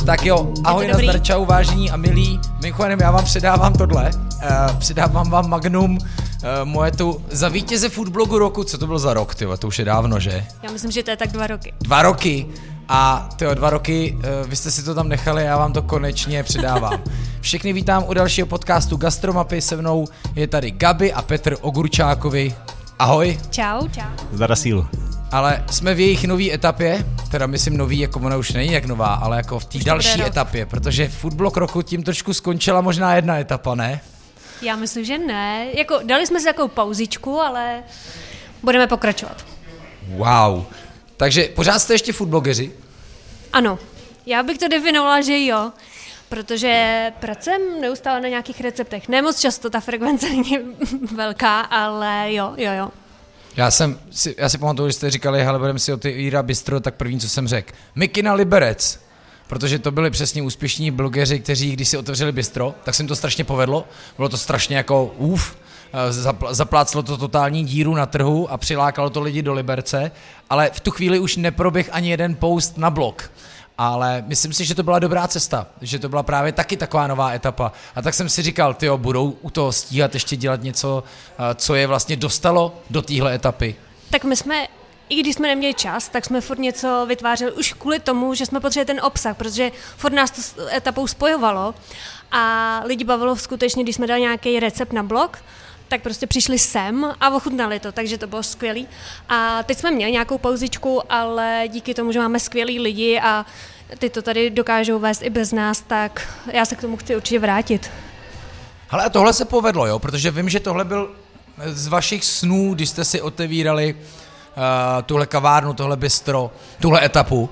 Tak jo, ahoj, nazdar, čau, vážení a milí. Mimochodem, já vám předávám tohle. Předávám vám Magnum, moje tu za vítěze foodblogu roku. Co to bylo za rok, tyjo? To už je dávno, že? Já myslím, že to je tak 2 roky. 2 roky. A tyjo, 2 roky, vy jste si to tam nechali, já vám to konečně předávám. Všechny vítám u dalšího podcastu Gastromapy. Se mnou je tady Gabi a Petr Ogurčákovi. Ahoj. Čau. Zdara sílu. Ale jsme v jejich nový etapě, teda myslím nový, jako ona už není jak nová, ale jako v té další etapě, protože foodblog roku tím trošku skončila možná jedna etapa, ne? Já myslím, že ne. Jako, dali jsme si takovou pauzičku, ale budeme pokračovat. Wow. Takže pořád jste ještě foodblogeři? Ano, já bych to definovala, že jo, protože pracujem neustále na nějakých receptech. Ne moc často, ta frekvence není velká, ale jo. Já si pamatuju, že jste říkali, hele, budeme si otevírat bistro, tak první, co jsem řekl, Mikina Liberec, protože to byli přesně úspěšní blogeři, kteří, když si otevřeli bistro, tak se jim to strašně povedlo, bylo to strašně jako zapláclo to totální díru na trhu a přilákalo to lidi do Liberce, ale v tu chvíli už neproběh ani jeden post na blog. Ale myslím si, že to byla dobrá cesta, že to byla právě taky taková nová etapa. A tak jsem si říkal, tyjo, budou u toho stíhat ještě dělat něco, co je vlastně dostalo do téhle etapy. Tak my jsme, i když jsme neměli čas, tak jsme furt něco vytvářeli už kvůli tomu, že jsme potřebovali ten obsah, protože furt nás to s etapou spojovalo a lidi bavilo skutečně, když jsme dali nějaký recept na blog, tak prostě přišli sem a ochutnali to, takže to bylo skvělý. A teď jsme měli nějakou pauzičku, ale díky tomu, že máme skvělý lidi a ty to tady dokážou vést i bez nás, tak já se k tomu chci určitě vrátit. Hele, a tohle se povedlo, jo, protože vím, že tohle byl z vašich snů, když jste si otevírali tuhle kavárnu, tohle bistro, tuhle etapu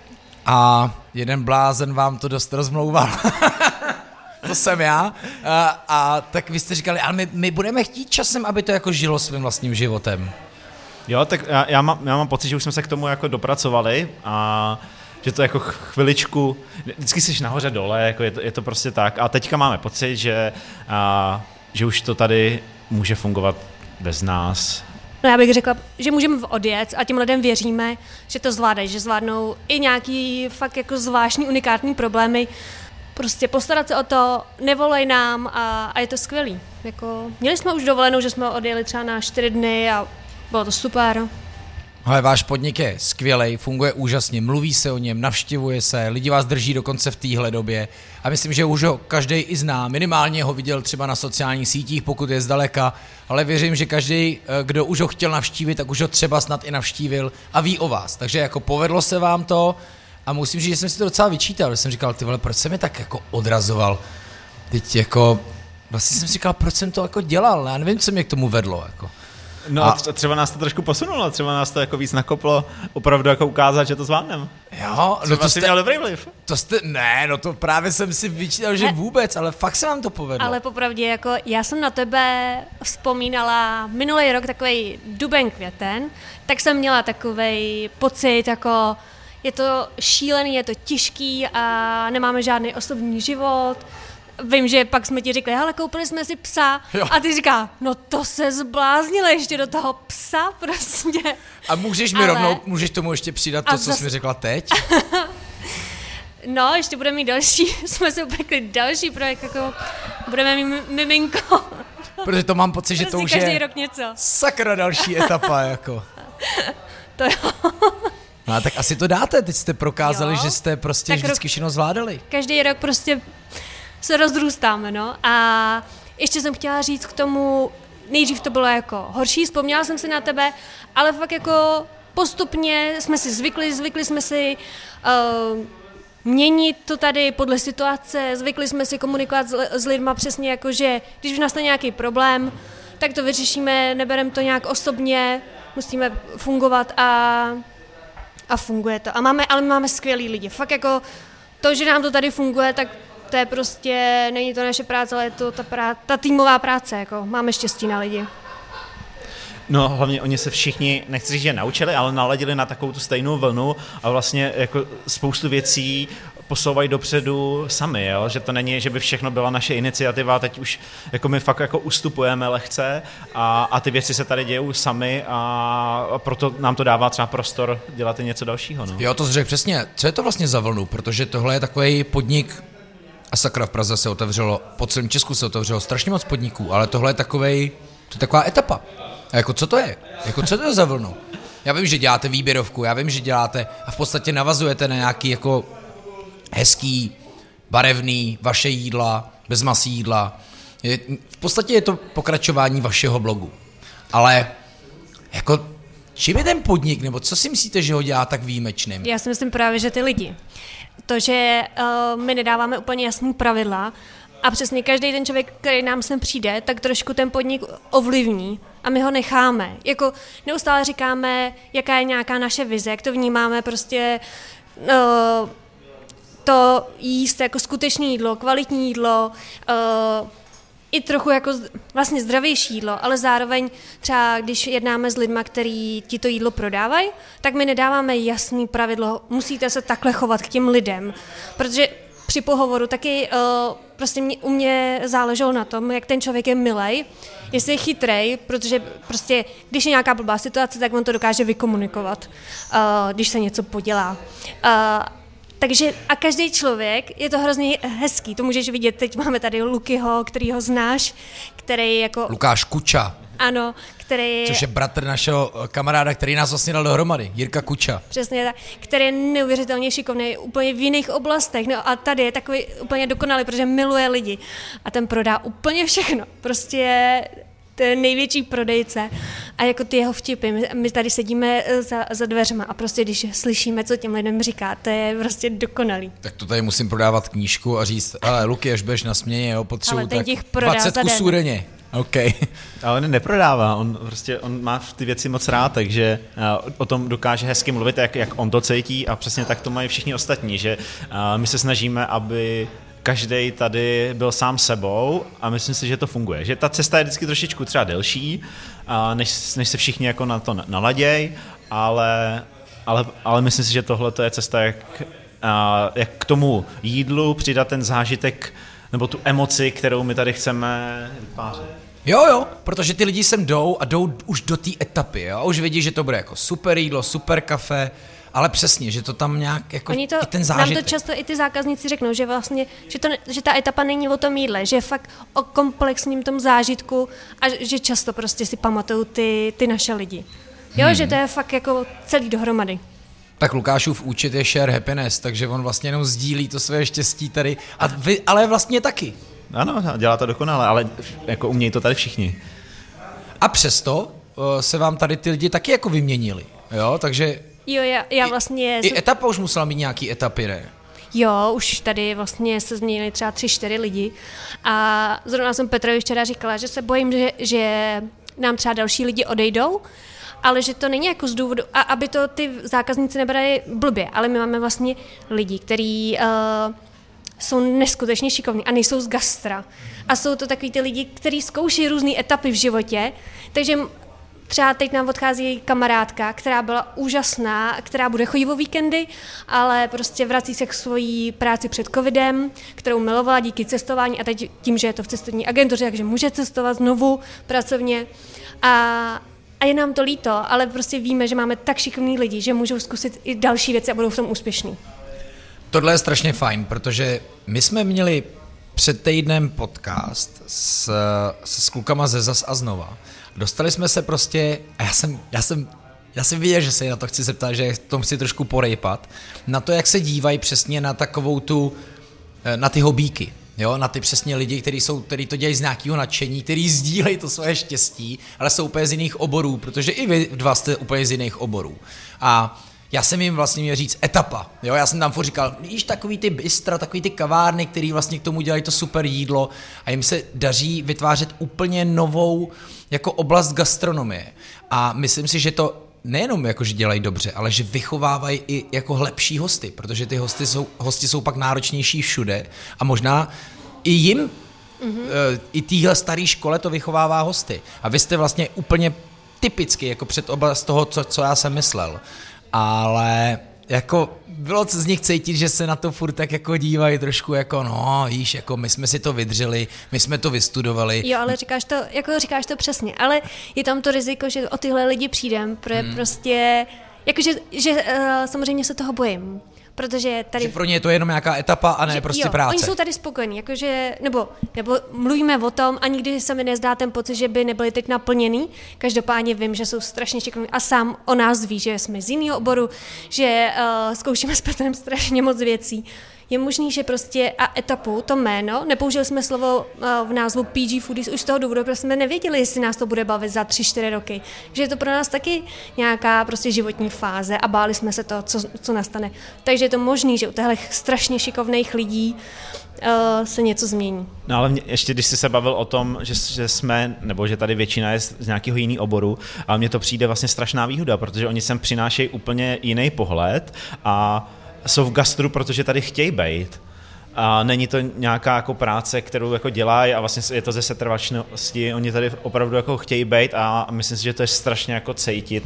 a jeden blázen vám to dost rozmlouval. To jsem já. A tak vy jste říkali, ale my budeme chtít časem, aby to jako žilo svým vlastním životem. Jo, tak já mám pocit, že už jsme se k tomu jako dopracovali a že to jako chviličku, vždycky jsi nahoře dole, jako je to prostě tak. A teďka máme pocit, že už to tady může fungovat bez nás. No já bych řekla, že můžeme odjet a těm lidem věříme, že to zvládají, že zvládnou i nějaký fakt jako zvláštní, unikátní problémy. Prostě postarat se o to, nevolej nám a je to skvělý. Jako, měli jsme už dovolenou, že jsme odjeli třeba na 4 dny a bylo to super. Ale váš podnik je skvělej, funguje úžasně, mluví se o něm, navštěvuje se, lidi vás drží dokonce v téhle době a myslím, že už ho každý i zná, minimálně ho viděl třeba na sociálních sítích, pokud je zdaleka, ale věřím, že každý, kdo už ho chtěl navštívit, tak už ho třeba snad i navštívil a ví o vás, takže jako povedlo se vám to. A musím říct, že jsem si to docela vyčítal, že jsem říkal, ty vole, proč jsem je tak jako odrazoval? Teď jako, vlastně jsem si říkal, proč jsem to jako dělal, já nevím, co mě k tomu vedlo, jako. No a třeba nás to trošku posunulo, třeba nás to jako víc nakoplo, opravdu jako ukázat, že to zvládneme. Jo, no to jste měl dobrý vliv. To právě jsem si vyčítal, že vůbec, ale fakt se vám to povedlo. Ale popravdě, jako já jsem na tebe vzpomínala minulý rok, takovej duben, květen, tak jsem měla takovej pocit, jako je to šílený, je to těžký a nemáme žádný osobní život. Vím, že pak jsme ti řekli, hele, koupili jsme si psa. Jo. A ty říká, no to se zbláznila ještě do toho psa prostě. A můžeš tomu ještě přidat to, co jsi mi řekla teď? No, ještě budeme mít další, jsme si upekli další projekt, jako budeme mít miminko. Protože to mám pocit, že to už každý je rok něco. Sakra další etapa, jako. To jo. No a tak asi to dáte, teď jste prokázali, jo, že jste prostě tak vždycky všechno zvládali. Každý rok prostě se rozrůstáme, no. A ještě jsem chtěla říct k tomu, nejdřív to bylo jako horší, vzpomněla jsem si na tebe, ale fakt jako postupně jsme si zvykli jsme si měnit to tady podle situace, zvykli jsme si komunikovat s lidma přesně jako, že když už nastane nějaký problém, tak to vyřešíme, nebereme to nějak osobně, musíme fungovat a funguje to. Ale my máme skvělý lidi. Fakt jako to, že nám to tady funguje, tak to je prostě, není to naše práce, ale je to ta týmová práce. Jako. Máme štěstí na lidi. No hlavně oni se všichni, nechci říct, že naučili, ale naladili na takovou tu stejnou vlnu a vlastně jako spoustu věcí posouvají dopředu sami, jo? Že to není, že by všechno byla naše iniciativa, teď už jako my fakt jako ustupujeme lehce a ty věci se tady dějou sami a proto nám to dává třeba prostor dělat i něco dalšího. No. Jo, to jsi řekl přesně. Co je to vlastně za vlnu? Protože tohle je takový podnik, a sakra, v Praze se otevřelo, po celém Česku se otevřelo strašně moc podniků, ale tohle je taková etapa. A jako co to je? Jako co to je za vlnu? Já vím, že děláte výběrovku, já vím, že děláte a v podstatě navazujete na nějaký jako hezký, barevný, vaše jídla, bez masí jídla. V podstatě je to pokračování vašeho blogu. Ale jako čím je ten podnik, nebo co si myslíte, že ho dělá tak výjimečným? Já si myslím právě, že ty lidi. To, že my nedáváme úplně jasný pravidla a přesně každý ten člověk, který nám sem přijde, tak trošku ten podnik ovlivní a my ho necháme. Jako neustále říkáme, jaká je nějaká naše vize, jak to vnímáme prostě to jíst jako skutečné jídlo, kvalitní jídlo, i trochu jako vlastně zdravější jídlo, ale zároveň třeba když jednáme s lidma, kteří ti to jídlo prodávají, tak my nedáváme jasný pravidlo, musíte se takhle chovat k těm lidem, protože při pohovoru taky prostě u mě záleželo na tom, jak ten člověk je milej, jestli je chytrej, protože prostě když je nějaká blbá situace, tak on to dokáže vykomunikovat, když se něco podělá. Takže a každý člověk, je to hrozně hezký, to můžeš vidět, teď máme tady Lukyho, který ho znáš, který jako... Lukáš Kuča. Ano, který... Což je bratr našeho kamaráda, který nás vlastně dal dohromady, Jirka Kuča. Přesně tak, který je neuvěřitelně šikovný, úplně v jiných oblastech, no a tady je takový úplně dokonalý, protože miluje lidi a ten prodá úplně všechno, prostě ten největší prodejce a jako ty jeho vtipy, my tady sedíme za dveřma a prostě když slyšíme, co těm lidem říká, to je prostě dokonalý. Tak to tady musím prodávat knížku a říct, ale Luky, až budeš na směně, jo, potřebuji tak 20 kusů denně. OK. Ale on neprodává, on má ty věci moc rád, takže o tom dokáže hezky mluvit, jak on to cítí a přesně tak to mají všichni ostatní, že my se snažíme, aby každej tady byl sám sebou a myslím si, že to funguje. Že ta cesta je vždycky trošičku třeba delší, než se všichni jako na to naladěj, ale myslím si, že tohle je cesta, jak k tomu jídlu přidat ten zážitek nebo tu emoci, kterou my tady chceme vytvářet. Jo, protože ty lidi sem jdou a jdou už do té etapy, jo, a už vědí, že to bude jako super jídlo, super kafe, ale přesně, že to tam nějak jako i ten zážitek. Nám to často i ty zákazníci řeknou, že vlastně, že ta etapa není o tom jídle, že je fakt o komplexním tom zážitku a že často prostě si pamatujou ty naše lidi. Jo, že to je fakt jako celý dohromady. Tak Lukášův účet je share happiness, takže on vlastně jenom sdílí to své štěstí tady, a vy, ale vlastně taky. Ano, dělá to dokonale, ale jako umějí to tady všichni. A přesto se vám tady ty lidi taky jako vyměnili, jo, takže... Jo, já vlastně... I etapa už musela mít nějaký etapy, ne? Jo, už tady vlastně se změnili třeba 3-4 lidi a zrovna jsem Petrovi včera říkala, že se bojím, že nám třeba další lidi odejdou, ale že to není jako z důvodu, a aby to ty zákazníci nebrali blbě, ale my máme vlastně lidi, kteří jsou neskutečně šikovní a nejsou z gastra. A jsou to takový ty lidi, kteří zkouší různé etapy v životě, takže třeba teď nám odchází kamarádka, která byla úžasná, která bude chodit o víkendy, ale prostě vrací se k svojí práci před covidem, kterou milovala díky cestování a teď tím, že je to v cestovní agentuře, takže může cestovat znovu pracovně. A je nám to líto, ale prostě víme, že máme tak šikovní lidi, že můžou zkusit i další věci a budou v tom úspěšní. Tohle je strašně fajn, protože my jsme měli před týdnem podcast s klukama ze Zas a znova. Dostali jsme se prostě, a já jsem viděl, že se na to chci zeptat, že to chci trošku porejpat, na to, jak se dívají přesně na takovou na ty hobíky. Jo, na ty přesně lidi, kteří to dělají z nějakého nadšení, kteří sdílejí to svoje štěstí, ale jsou úplně z jiných oborů, protože i vy dva jste úplně z jiných oborů. A já jsem jim vlastně měl říct etapa. Jo, já jsem tam furt říkal, víš, takový ty bystra, takový ty kavárny, který vlastně k tomu dělají to super jídlo a jim se daří vytvářet úplně novou jako oblast gastronomie. A myslím si, že to nejenom jako, že dělají dobře, ale že vychovávají i jako lepší hosty, protože ty hosti jsou pak náročnější všude a možná i jim, i téhle staré škole to vychovává hosty. A vy jste vlastně úplně typicky jako před oblast toho, co já jsem myslel. Ale jako bylo z nich cítit, že se na to furt tak jako dívají trošku jako no, víš, jako my jsme si to vydřeli, my jsme to vystudovali. Jo, ale říkáš to přesně, ale je tam to riziko, že o tyhle lidi přijdem, protože prostě, jakože samozřejmě se toho bojím. Protože tady... Že pro ně je to jenom nějaká etapa a ne prostě práce. Oni jsou tady spokojení, jakože, nebo mluvíme o tom a nikdy se mi nezdá ten pocit, že by nebyli teď naplněný. Každopádně vím, že jsou strašně šikovní a sám o nás ví, že jsme z jiného oboru, že zkoušíme s Petrem strašně moc věcí. Je možný, že prostě a etapu, to jméno, nepoužili jsme slovo v názvu PG Foodies už z toho důvodu, protože jsme nevěděli, jestli nás to bude bavit za 3-4 roky. Že je to pro nás taky nějaká prostě životní fáze a báli jsme se toho, co nastane. Takže je to možný, že u těchto strašně šikovných lidí se něco změní. No ale ještě když jsi se bavil o tom, že jsme, nebo že tady většina je z nějakého jiného oboru, ale mně to přijde vlastně strašná výhoda, protože oni sem přinášejí úplně jiný pohled a jsou v gastru, protože tady chtějí bejt. A není to nějaká jako práce, kterou jako dělají a vlastně je to ze setrvačnosti. Oni tady opravdu jako chtějí bejt a myslím si, že to je strašně jako cítit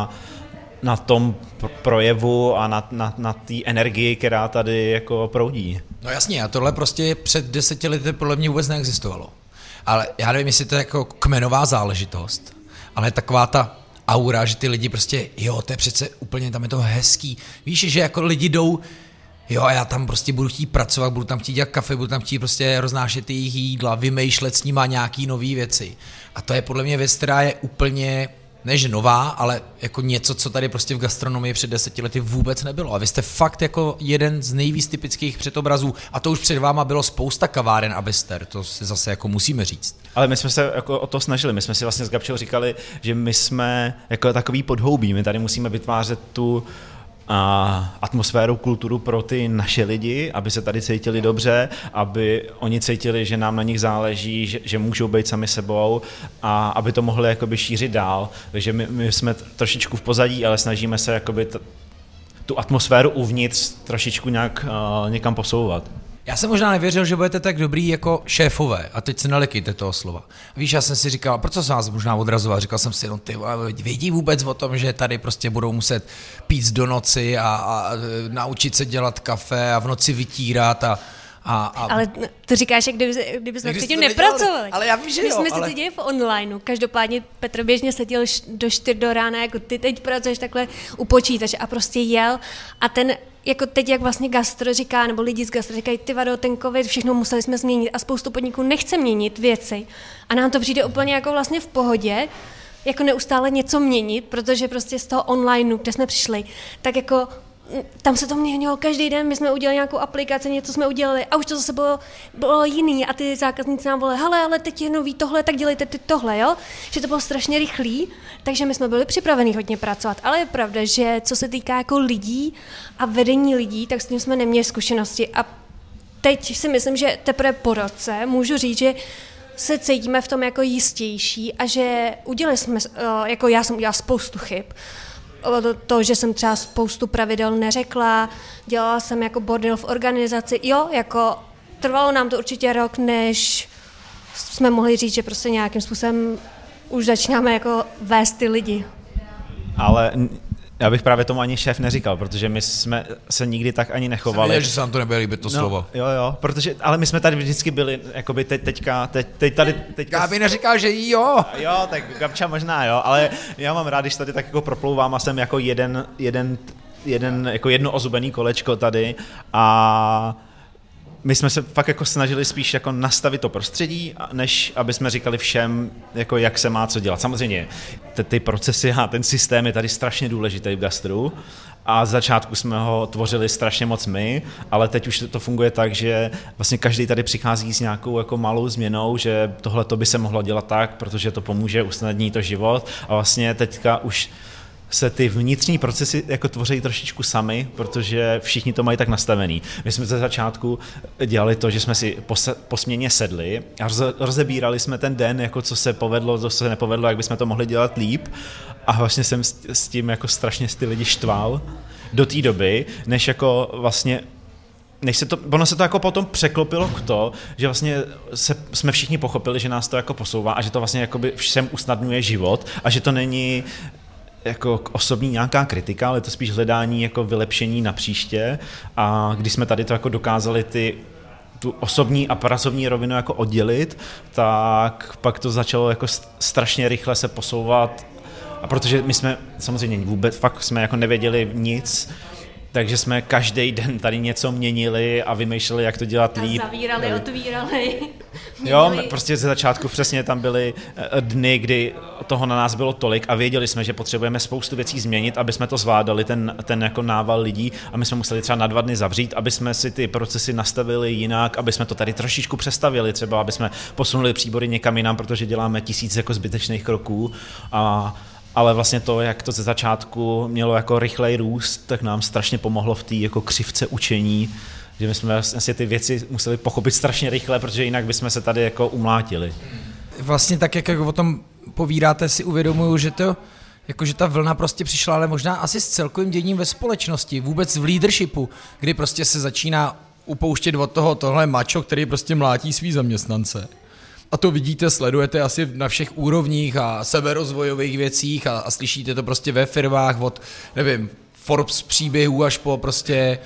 na tom projevu a na té energii, která tady jako proudí. No jasně, a tohle prostě před 10 lety podle mě vůbec neexistovalo. Ale já nevím, jestli to je jako kmenová záležitost, ale taková ta aura, že ty lidi prostě, jo, to je přece úplně, tam je to hezký. Víš, že jako lidi jdou, jo, a já tam prostě budu chtít pracovat, budu tam chtít dělat kafe, budu tam chtít prostě roznášet jejich jídla, vymýšlet s nima nějaký nový věci. A to je podle mě věc, která je úplně, než nová, ale jako něco, co tady prostě v gastronomii před 10 lety vůbec nebylo. A vy jste fakt jako jeden z nejvíc typických předobrazů a to už před váma bylo spousta kaváren a bister, to si zase jako musíme říct. Ale my jsme se jako o to snažili, my jsme si vlastně s Gabčou říkali, že my jsme jako takový podhoubí, my tady musíme vytvářet tu atmosféru, kulturu pro ty naše lidi, aby se tady cítili dobře, aby oni cítili, že nám na nich záleží, že můžou být sami sebou a aby to mohli jakoby šířit dál. Takže my jsme trošičku v pozadí, ale snažíme se jakoby tu atmosféru uvnitř trošičku nějak někam posouvat. Já jsem možná nevěřil, že budete tak dobrý jako šéfové a teď se nelekejte toho slova. Víš, já jsem si říkal, proč jsem vás možná odrazoval, říkal jsem si, no ty vědí vůbec o tom, že tady prostě budou muset pít do noci a naučit se dělat kafe a v noci vytírat a ale to říkáš, jak kdyby jsme předtím nepracovali. Ale já vím, že my jo. My jsme si to děli v onlineu. Každopádně Petr běžně seděl do 4 do rána, jako ty teď pracuješ takhle u počítače a prostě jel a ten jako teď, jak vlastně gastro říká, nebo lidi z gastro říkají, ty vado, ten covid, všechno museli jsme změnit a spoustu podniků nechce měnit věci a nám to přijde úplně jako vlastně v pohodě, jako neustále něco měnit, protože prostě z toho onlineu, kde jsme přišli, tak jako tam se to měnilo každý den, my jsme udělali nějakou aplikaci, něco jsme udělali a už to zase bylo jiný a ty zákazníci nám volali, hele, ale teď je nový tohle, tak dělejte ty tohle, jo? Že to bylo strašně rychlý, takže my jsme byli připraveni hodně pracovat, ale je pravda, že co se týká jako lidí a vedení lidí, tak s tím jsme neměli zkušenosti a teď si myslím, že teprve po roce můžu říct, že se cítíme v tom jako jistější a že udělali jsme, jako já jsem udělala spoustu chyb, to, že jsem třeba spoustu pravidel neřekla, dělala jsem jako bordel v organizaci, jo, jako trvalo nám to určitě rok, než jsme mohli říct, že prostě nějakým způsobem už začínáme jako vést ty lidi. Ale já bych právě tomu ani šéf neříkal, protože my jsme se nikdy tak ani nechovali. Jsem věděl, že se vám to nebude líbit to slovo. Jo, protože, ale my jsme tady vždycky byli, jakoby teďka. Já bych neříkal, že jo. Jo, tak Gabča možná jo, ale já mám rád, když tady tak jako proplouvám a jsem jako jedno ozubený kolečko tady a my jsme se fakt jako snažili spíš jako nastavit to prostředí, než aby jsme říkali všem, jako jak se má co dělat. Samozřejmě ty procesy a ten systém je tady strašně důležitý v gastru a z začátku jsme ho tvořili strašně moc my, ale teď už to funguje tak, že vlastně každý tady přichází s nějakou jako malou změnou, že tohle to by se mohlo dělat tak, protože to pomůže, usnadní to život a vlastně teďka už se ty vnitřní procesy jako tvoří trošičku sami, protože všichni to mají tak nastavený. My jsme ze začátku dělali to, že jsme si po směně sedli a rozebírali jsme ten den, jako co se povedlo, co se nepovedlo, jak bychom to mohli dělat líp a vlastně jsem s tím jako strašně ty lidi štval do té doby, než jako vlastně ono se to jako potom překlopilo k to, že vlastně jsme všichni pochopili, že nás to jako posouvá a že to vlastně jakoby všem usnadňuje život a že to není jako osobní nějaká kritika, ale to spíš hledání jako vylepšení na příště. A když jsme tady to jako dokázali tu osobní a pracovní rovinu jako oddělit, tak pak to začalo jako strašně rychle se posouvat. A protože my jsme samozřejmě vůbec, fakt jsme jako nevěděli nic, takže jsme každý den tady něco měnili a vymýšleli, jak to dělat líp. Zavírali, otvírali. Jo, prostě ze začátku přesně tam byly dny, kdy toho na nás bylo tolik a věděli jsme, že potřebujeme spoustu věcí změnit, aby jsme to zvládali, ten jako nával lidí, a my jsme museli třeba na 2 dny zavřít, aby jsme si ty procesy nastavili jinak, aby jsme to tady trošičku přestavili, třeba aby jsme posunuli příbory někam jinam, protože děláme 1000 jako zbytečných kroků. Ale vlastně to, jak to ze začátku mělo jako rychlej růst, tak nám strašně pomohlo v té jako křivce učení, že my jsme vlastně ty věci museli pochopit strašně rychle, protože jinak bychom se tady jako umlátili. Vlastně tak, jak o tom povídáte, si uvědomuju, že to, jakože ta vlna prostě přišla, ale možná asi s celkovým děním ve společnosti, vůbec v leadershipu, kdy prostě se začíná upouštět od tohle mačo, který prostě mlátí svý zaměstnance. A to vidíte, sledujete asi na všech úrovních a seberozvojových věcích a slyšíte to prostě ve firmách od, nevím, Forbes příběhů až po prostě...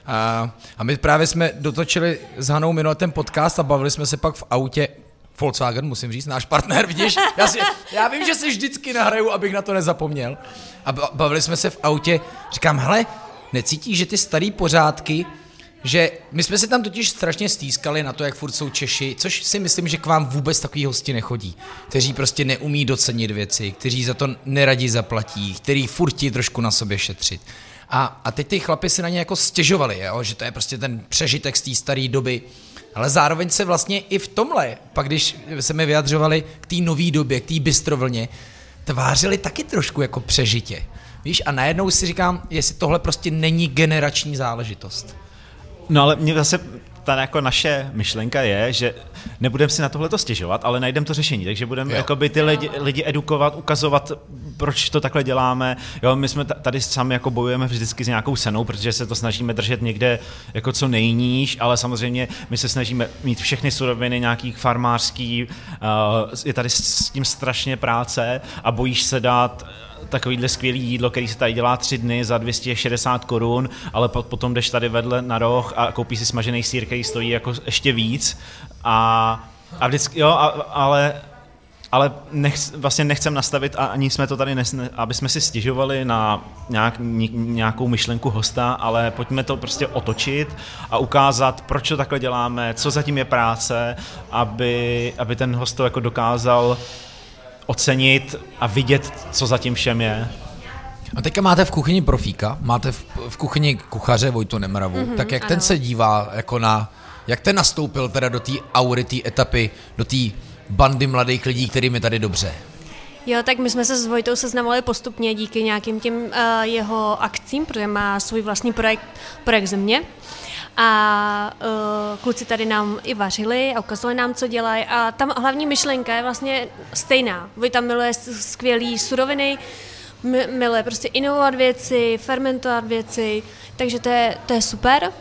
A my právě jsme dotočili s Hanou minulý ten podcast a bavili jsme se pak v autě, Volkswagen, musím říct, náš partner, vidíš? Já vím, že si vždycky nahraju, abych na to nezapomněl. A bavili jsme se v autě, říkám, hele, necítíš, že ty starý pořádky, že my jsme se tam totiž strašně stýskali na to, jak furt jsou Češi, což si myslím, že k vám vůbec takový hosti nechodí, kteří prostě neumí docenit věci, kteří za to neradi zaplatí, kteří furt ti trošku na sobě šetřit. A teď ty chlapi se na ně jako stěžovali, jo? Že to je prostě ten přežitek z té staré doby, ale zároveň se vlastně i v tomhle, pak když se mi vyjadřovali k té nové době, k té bystrovlně, tvářili taky trošku jako přežitě. Víš, a najednou si říkám, jestli tohle prostě není generační záležitost. No ale mě zase ta jako naše myšlenka je, že nebudeme si na tohleto stěžovat, ale najdeme to řešení, takže budeme jakoby ty lidi edukovat, ukazovat, proč to takhle děláme. Jo, my jsme tady sami jako bojujeme vždycky s nějakou cenou, protože se to snažíme držet někde jako co nejníž, ale samozřejmě my se snažíme mít všechny suroviny nějakých farmářský, je tady s tím strašně práce a bojíš se dát takovýhle skvělý jídlo, který se tady dělá 3 dny za 260 korun, ale potom jdeš tady vedle na roh a koupíš si smažený sýr, který stojí jako ještě víc a vždycky, jo, ale vlastně nechcem nastavit a ani jsme to tady, aby jsme si stěžovali na nějakou myšlenku hosta, ale pojďme to prostě otočit a ukázat, proč to takhle děláme, co zatím je práce, aby ten host to jako dokázal ocenit a vidět, co zatím všem je. A teďka máte v kuchyni profíka, máte v kuchyni kuchaře Vojtu Nemravu, tak jak ten se dívá jako jak ten nastoupil teda do té aury, té etapy, do té bandy mladých lidí, kterým je tady dobře? Jo, tak my jsme se s Vojtou seznamovali postupně díky nějakým těm jeho akcím, protože má svůj vlastní projekt Země. A kluci tady nám i vařili a ukazovali nám, co dělají. A tam hlavní myšlenka je vlastně stejná. Vojta miluje skvělý suroviny, miluje prostě inovovat věci, fermentovat věci, takže to je super.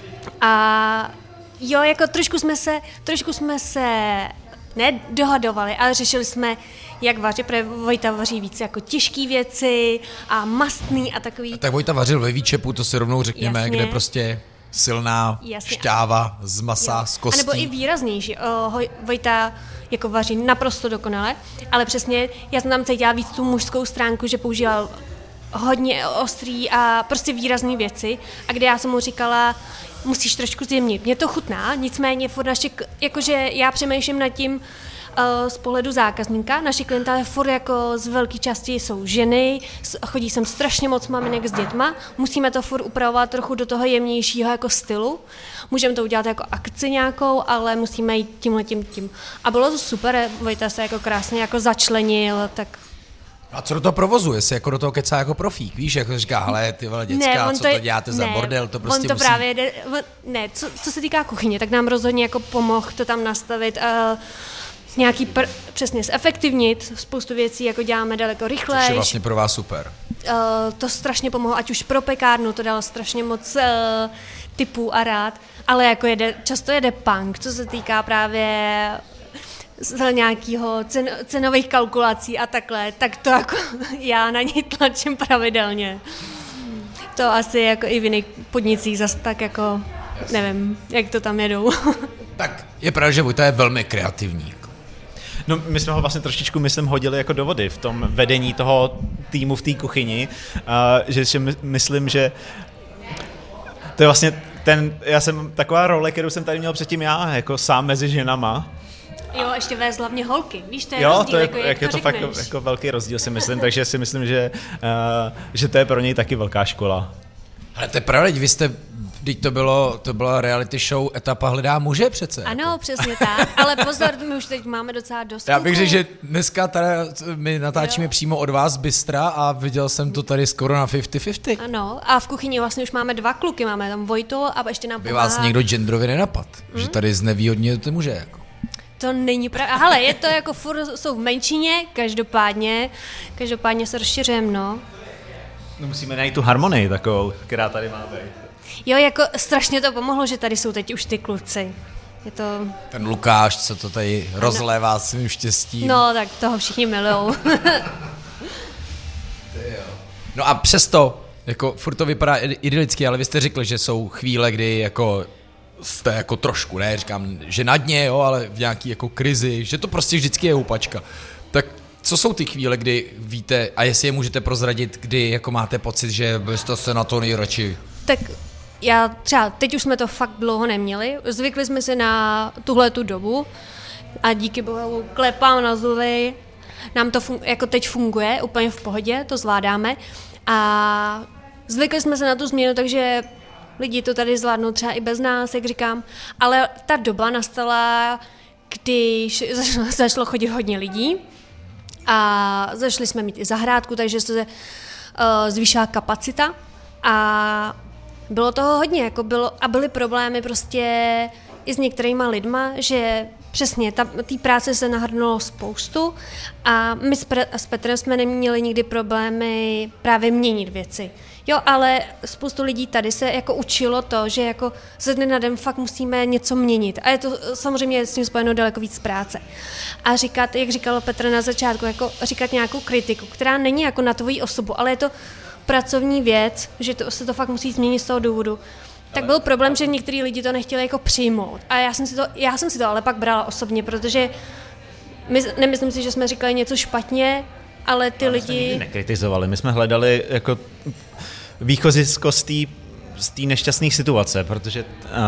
A jo, jako trošku jsme se nedohadovali, ale řešili jsme, jak vařit, protože Vojta vaří víc jako těžké věci a mastný a takový. A tak Vojta vařil ve výčepu, to si rovnou řekněme, jasně. Kde prostě silná šťáva z masa, z kostí. A nebo i výraznější. Vojta jako vaří naprosto dokonale, ale přesně já jsem tam cítila víc tu mužskou stránku, že používal hodně ostrý a prostě výrazný věci a kde já jsem mu říkala, musíš trošku zjemnit. Mně to chutná, nicméně furt jakože já přemýšlím nad tím z pohledu zákazníka. Naši klientele furt jako z velké části jsou ženy, chodí sem strašně moc maminek s dětma, musíme to furt upravovat trochu do toho jemnějšího jako stylu. Můžeme to udělat jako akci nějakou, ale musíme jít tím. A bylo to super, Vojta se jako krásně jako začlenil, tak. A co do toho provozuje, se jako do toho kecá jako profík, víš, jako říká, hele, ty vole děcka, co to děláte za bordel, to prostě on to právě jde, co se týká kuchyně, tak nám rozhodně jako pomohl to tam nastavit, nějaký přesně zefektivnit, spoustu věcí jako děláme daleko rychlejš. Což je vlastně pro vás super. To strašně pomohlo, ať už pro pekárnu, to dalo strašně moc tipů a rád, ale jako často jede punk, co se týká právě z nějakého cenových kalkulací a takhle, tak to jako já na něj tlačím pravidelně. To asi jako i v jiných podnicích zase tak jako, nevím, jak to tam jedou. Tak je pravda, že Vojta je velmi kreativní. No, my jsme ho vlastně trošičku, myslím, hodili jako do vody v tom vedení toho týmu v té kuchyni, že si myslím, že to je vlastně já jsem taková role, kterou jsem tady měl předtím já, jako sám mezi ženama. Jo, ještě vést hlavně holky, víš, to je jo, rozdíl, to je, jako jak je to fakt jako velký rozdíl, si myslím, takže si myslím, že to je pro něj taky velká škola. Ale to je pravda, vy jste, teď to byla reality show Etapa hledá muže přece. Ano, jako. Přesně tak, ale pozor, my už teď máme docela dost. Já bych řekl, že dneska tady my natáčíme přímo od vás z Bystra a viděl jsem to tady skoro na 50-50. Ano, a v kuchyni vlastně už máme 2 kluky, máme tam Vojtu a ještě nám By pomáhá. vás někdo genderově nenapad, že tady znevýhodňujete muže, jako. To není pravda. Hele, je to jako furt jsou v menšině, každopádně se rozšiřujeme, no. No, musíme najít tu harmonii takovou, která tady má být. Jo, jako strašně to pomohlo, že tady jsou teď už ty kluci. Je to... Ten Lukáš, co to tady rozlévá svým štěstím. No, tak toho všichni milujou. No a přesto, jako furt to vypadá idylicky, ale vy jste řekli, že jsou chvíle, kdy jako jste jako trošku, ne, říkám, že na dně, jo, ale v nějaký jako krizi, že to prostě vždycky je houpačka. Tak co jsou ty chvíle, kdy víte, a jestli je můžete prozradit, kdy jako máte pocit, že byste se na to nejradši... Tak já třeba, teď už jsme to fakt dlouho neměli, zvykli jsme se na tuhletu dobu a díky bohu klepám na zuby, nám to jako teď funguje, úplně v pohodě, to zvládáme a zvykli jsme se na tu změnu, takže lidi to tady zvládnou třeba i bez nás, jak říkám, ale ta doba nastala, když začalo chodit hodně lidí a začali jsme mít i zahrádku, takže se zvýšila kapacita a bylo toho hodně, jako byly problémy prostě i s některýma lidma, že přesně, té práce se nahrnulo spoustu a my s Petrem jsme neměli nikdy problémy právě měnit věci. Jo, ale spoustu lidí tady se jako učilo to, že jako ze dne na den fakt musíme něco měnit. A je to samozřejmě s tím spojeno daleko víc práce. A říkat, jak říkal Petr na začátku, jako říkat nějakou kritiku, která není jako na tvoji osobu, ale je to pracovní věc, že se to fakt musí změnit z toho důvodu. Tak byl problém, že některý lidi to nechtěli jako přijmout. A já jsem si to ale pak brala osobně, protože nemyslím si, že jsme říkali něco špatně, ale ty lidi... My jsme nikdy nekritizovali, my jsme hledali jako východisko z té nešťastné situace, protože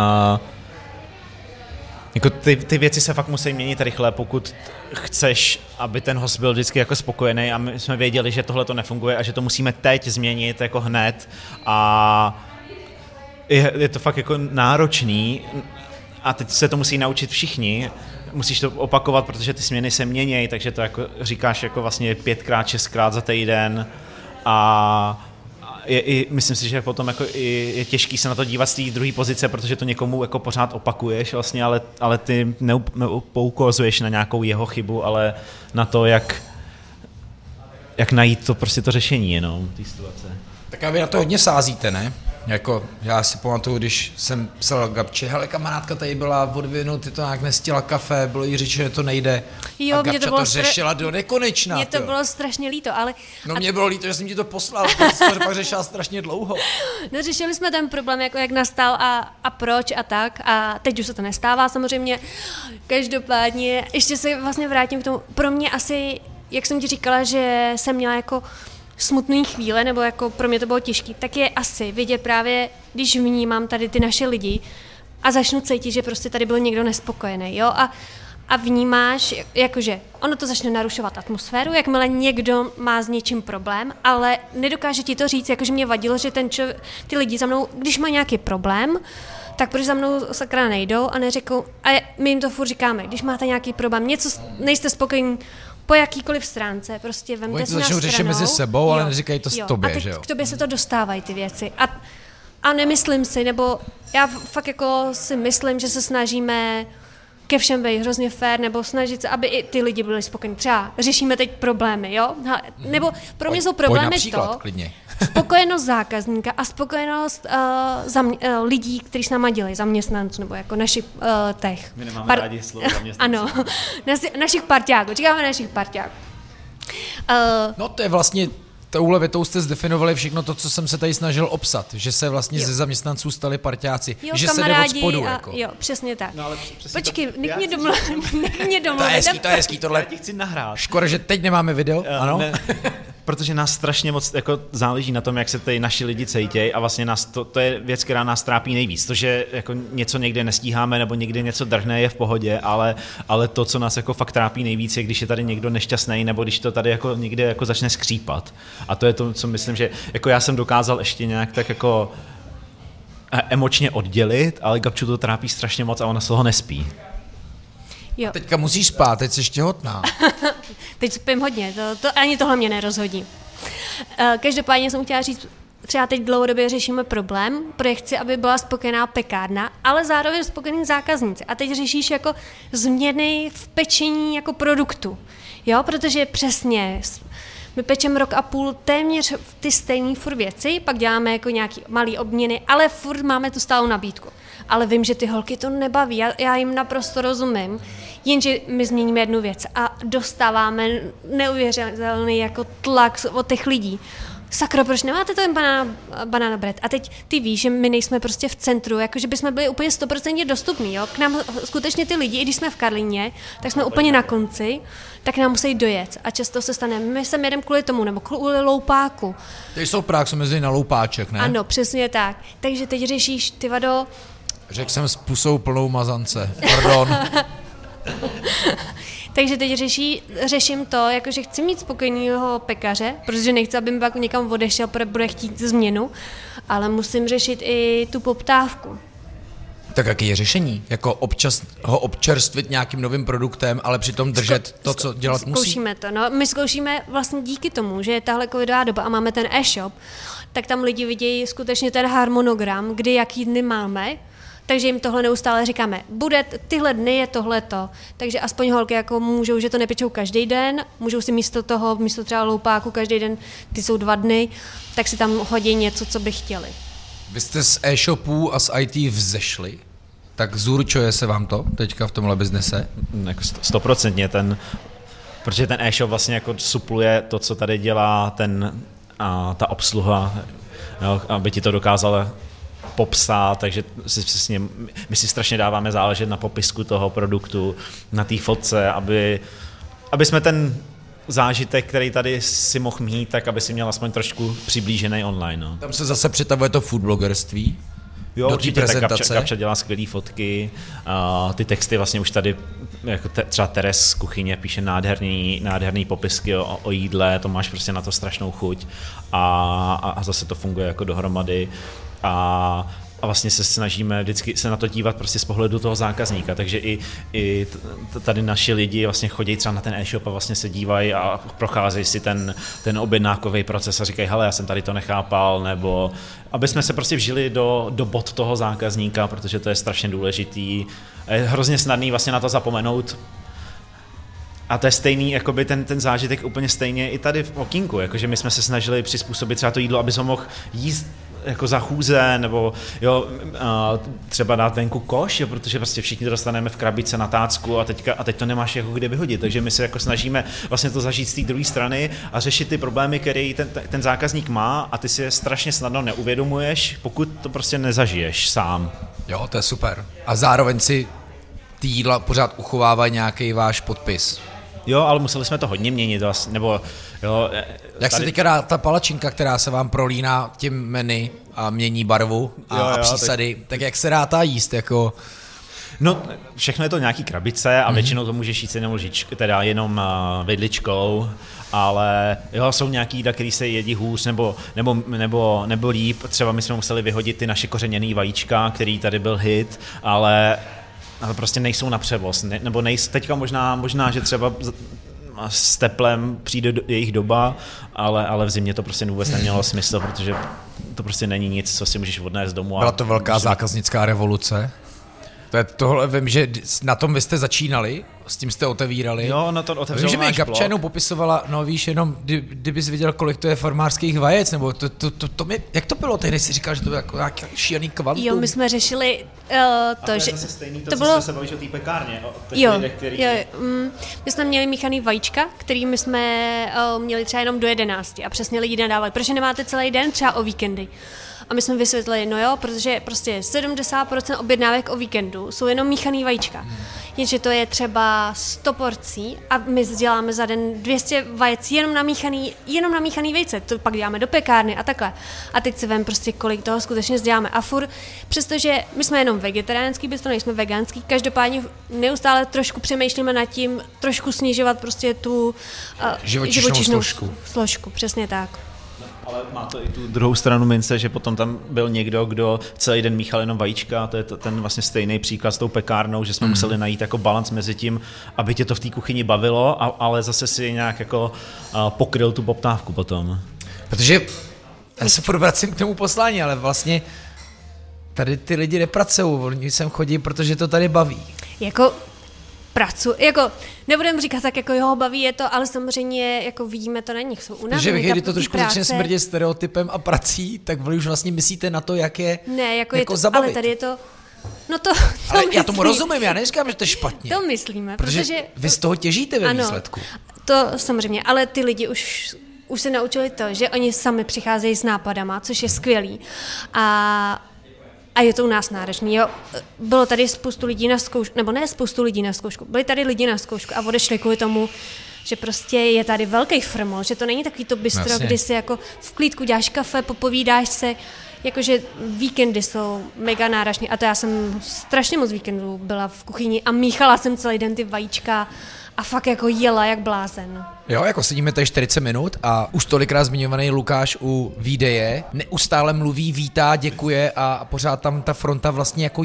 jako ty věci se fakt musí měnit rychle, pokud chceš, aby ten host byl vždycky jako spokojený a my jsme věděli, že tohle to nefunguje a že to musíme teď změnit jako hned a je to fakt jako náročný a teď se to musí naučit všichni, musíš to opakovat, protože ty směny se měnějí, takže to jako říkáš jako vlastně 5x, 6x za týden a myslím si, že potom jako je těžký se na to dívat z té druhé pozice, protože to někomu jako pořád opakuješ vlastně, ale ty nepoukazuješ na nějakou jeho chybu, ale na to, jak najít to prostě to řešení jenom té situace. Tak a vy na to hodně sázíte, ne? Jako, já si pamatuju, když jsem psal Gabče, hele, kamarádka tady byla od 2 minuty, to nějak nestila kafe, bylo jí řečeno, že to nejde. Jo, a Gabča to řešila do nekonečna. Mně to bylo strašně líto, ale... No mě bylo líto, že jsem ti to poslal, protože to pak řešila strašně dlouho. No řešili jsme ten problém, jako jak nastal a proč a tak a teď už se to nestává samozřejmě. Každopádně, ještě se vlastně vrátím k tomu, pro mě asi, jak jsem ti říkala, že jsem měla jako smutný chvíle, nebo jako pro mě to bylo těžké, tak je asi vidět právě, když vnímám tady ty naše lidi a začnu cítit, že prostě tady byl někdo nespokojený, jo, a vnímáš, jakože ono to začne narušovat atmosféru, jakmile někdo má s něčím problém, ale nedokáže ti to říct, jakože mě vadilo, že ty lidi za mnou, když má nějaký problém, tak proč za mnou sakra nejdou a neřeknou, a my jim to furt říkáme, když máte nějaký problém, něco, nejste spokojení, po jakýkoliv stránce, prostě vemte si na stranou. Řešit mezi sebou, ale neříkají to s tobě, a teď že jo? K tobě se to dostávají ty věci. A nemyslím si, nebo já fakt jako si myslím, že se snažíme ke všem být hrozně fair, nebo snažit se, aby i ty lidi byli spokojení. Třeba řešíme teď problémy, jo? Nebo pro mě jsou problémy například, klidně. spokojenost zákazníka a spokojenost lidí, kteří s náma dělají, zaměstnanců, nebo jako našich těch. My nemáme rádi slovo zaměstnanců. Ano, našich parťáků, čekáme našich parťáků. No to je vlastně, touhle větou jste zdefinovali všechno to, co jsem se tady snažil obsat, že se vlastně ze zaměstnanců stali parťáci, jo, že se jde od spodu. Jako. Jo, přesně tak. No, ale počkej, nech mě domluvit. To je hezký, tohle. Já ti chci nahrát. Škoda, že teď nemáme video, ano? Ne, protože nás strašně moc jako záleží na tom, jak se tady naši lidi cítějí a vlastně nás to je věc, která nás trápí nejvíc. To, že jako něco někde nestíháme nebo někde něco drhne, je v pohodě, ale to, co nás jako fakt trápí nejvíc, je, když je tady někdo nešťastný nebo když to tady jako někde jako začne skřípat. A to je to, co myslím, že jako já jsem dokázal ještě nějak tak jako emočně oddělit, ale Gabču to trápí strašně moc a ona z toho nespí. Jo. Teďka musíš spát, teď jsi těhotná. Teď spím hodně, ani tohle mě nerozhodí. Každopádně jsem chtěla říct, třeba teď dlouhodobě řešíme problém, protože chci, aby byla spokojená pekárna, ale zároveň spokojení zákazníci. A teď řešíš jako změny v pečení jako produktu. Jo, protože přesně my pečeme rok a půl téměř ty stejné furt věci, pak děláme jako nějaký malý obměny, ale furt máme tu stálou nabídku. Ale vím, že ty holky to nebaví, já jim naprosto rozumím, jenže my změníme jednu věc a dostáváme neuvěřitelný jako tlak od těch lidí. Sakro, proč nemáte ten banana bread? A teď ty víš, že my nejsme prostě v centru, jakože bychom byli úplně 100% dostupní, jo? K nám skutečně ty lidi, i když jsme v Karlíně, tak jsme úplně na konci, tak nám musí dojet. A často se stane, my sem jedeme kvůli tomu, nebo kvůli loupáku. Teď jsou práh, mezi na loupáček, ne? Ano, přesně tak. Takže teď řešíš, ty vado... Řekl jsem s pusou plnou mazance, pardon. Takže teď řeším to, jakože chci mít spokojeného pekaře, protože nechci, aby mi pak někam odešel, protože bude chtít změnu, ale musím řešit i tu poptávku. Tak jaký je řešení? Jako občas ho občerstvit nějakým novým produktem, ale přitom držet to, co dělat musí? Zkoušíme to. No, my zkoušíme vlastně díky tomu, že je tahle covidová doba a máme ten e-shop, tak tam lidi vidějí skutečně ten harmonogram, kdy jaký dny máme, takže jim tohle neustále říkáme, bude tyhle dny je tohleto, takže aspoň holky jako můžou, že to nepečou každý den, můžou si místo třeba loupáku každý den, ty jsou 2 dny, tak si tam hodí něco, co by chtěli. Vy jste z e-shopů a z IT vzešli, tak zúročuje se vám to teďka v tomhle biznese? Jako 100%, protože ten e-shop vlastně jako supluje to, co tady dělá ta obsluha, jo, aby ti to dokázala popsat, takže my si strašně dáváme záležet na popisku toho produktu, na té fotce, aby jsme ten zážitek, který tady si mohl mít, tak aby si měl aspoň trošku přiblížený online. No. Tam se zase přetavuje to foodblogerství. Jo, určitě, tak Gabča dělá skvělý fotky, ty texty vlastně už tady, jako třeba Teres z kuchyně píše nádherný popisky o jídle, to máš prostě na to strašnou chuť a zase to funguje jako dohromady a vlastně se snažíme vždycky se na to dívat prostě z pohledu toho zákazníka, takže i tady naši lidi vlastně chodí třeba na ten e-shop a vlastně se dívají a procházejí si ten objednávkový proces a říkají, hele, já jsem tady to nechápal, nebo aby jsme se prostě vžili do bod toho zákazníka, protože to je strašně důležitý. Je hrozně snadný vlastně na to zapomenout. A to je stejný, jakoby ten zážitek úplně stejně i tady v okýnku, jakože my jsme se snažili přizpůsobit třeba to jídlo, aby jsme mohl jíst jako za chůze, nebo jo, třeba dát venku koš, jo, protože prostě všichni to dostaneme v krabice na tácku a teď to nemáš jako kde vyhodit, takže my se jako snažíme vlastně to zažít z té druhé strany a řešit ty problémy, které ten zákazník má a ty si je strašně snadno neuvědomuješ, pokud to prostě nezažiješ sám. Jo, to je super. A zároveň si ty jídla pořád uchovávají nějaký váš podpis. Jo, ale museli jsme to hodně měnit, nebo jo. Jak se teďka dá ta palačinka, která se vám prolíná tím menu a mění barvu a přísady, tak jak se dá ta jíst, jako... No, všechno je to nějaký krabice a většinou to můžeš jíst jenom vidličkou, ale jo, jsou nějaký jídla, který se jedí hůř nebo líp. Třeba my jsme museli vyhodit ty naše kořeněný vajíčka, který tady byl hit, ale prostě nejsou na převoz, nebo teďka možná, že třeba s teplem přijde jejich doba, ale v zimě to prostě vůbec nemělo smysl, protože to prostě není nic, co si můžeš odnést domů. Byla to velká zákaznická revoluce? Tohle vím, že na tom vy jste začínali, s tím jste otevírali. Jo, na to otevřel vím, že mi náš Gabča blog. jenom popisovala, no víš, jenom kdybys viděl, kolik to je farmářských vajec, nebo to mi, jak to bylo tehdy, jsi říkal, že to bylo jako nějaký šílený kvantum. Jo, my jsme řešili to, že... Stejný, to bylo... se bavíš o té pekárně. My jsme měli míchaný vajíčka, který my jsme měli třeba jenom do 11 a přesně lidi nadávali, proč nemáte celý den třeba o víkendy. A my jsme vysvětlili, no jo, protože prostě 70% objednávek o víkendu jsou jenom míchaný vajíčka. Jenže to je třeba 100 porcí a my děláme za den 200 vajec jenom na míchaný vejce. To pak děláme do pekárny a takhle. A teď si vem prostě, kolik toho skutečně děláme. A furt, přestože my jsme jenom vegetariánský bistro, nejsme veganský, každopádně neustále trošku přemýšlíme nad tím, trošku snižovat prostě tu živočišnou složku. Přesně tak. Ale má to i tu druhou stranu mince, že potom tam byl někdo, kdo celý den míchal jenom vajíčka, to je ten vlastně stejný příklad s tou pekárnou, že jsme museli najít jako balans mezi tím, aby tě to v té kuchyni bavilo, ale zase si nějak jako pokryl tu poptávku potom. Protože já se furt vracím k tomu poslání, ale vlastně tady ty lidi nepracují, oni sem chodí, protože to tady baví. Nebudem říkat tak, jako jo, baví je to, ale samozřejmě jako vidíme to na nich, jsou unavení. Takže vy, když to trošku začne smrdit stereotypem a prací, tak vy už vlastně myslíte na to, jak je zabavit. Ale tady je to, ale já tomu rozumím, já neříkám, že to je špatně. To myslíme, protože vy z toho těžíte ve výsledku. To samozřejmě, ale ty lidi už se naučili to, že oni sami přicházejí s nápadama, což je skvělý. A je to u nás náročný, jo. Bylo tady spoustu lidí na zkoušku, nebo ne spoustu lidí na zkoušku, byli tady lidi na zkoušku a odešli kvůli tomu, že prostě je tady velký frmol, že to není takový to bistro, kdy si jako v klídku děláš kafe, popovídáš se, jakože víkendy jsou mega náročný a to já jsem strašně moc víkendů byla v kuchyni a míchala jsem celý den ty vajíčka a fakt jako jela jak blázen. Jo, jako sedíme tady 40 minut a už tolikrát zmiňovaný Lukáš u výdeje neustále mluví, vítá, děkuje a pořád tam ta fronta vlastně jako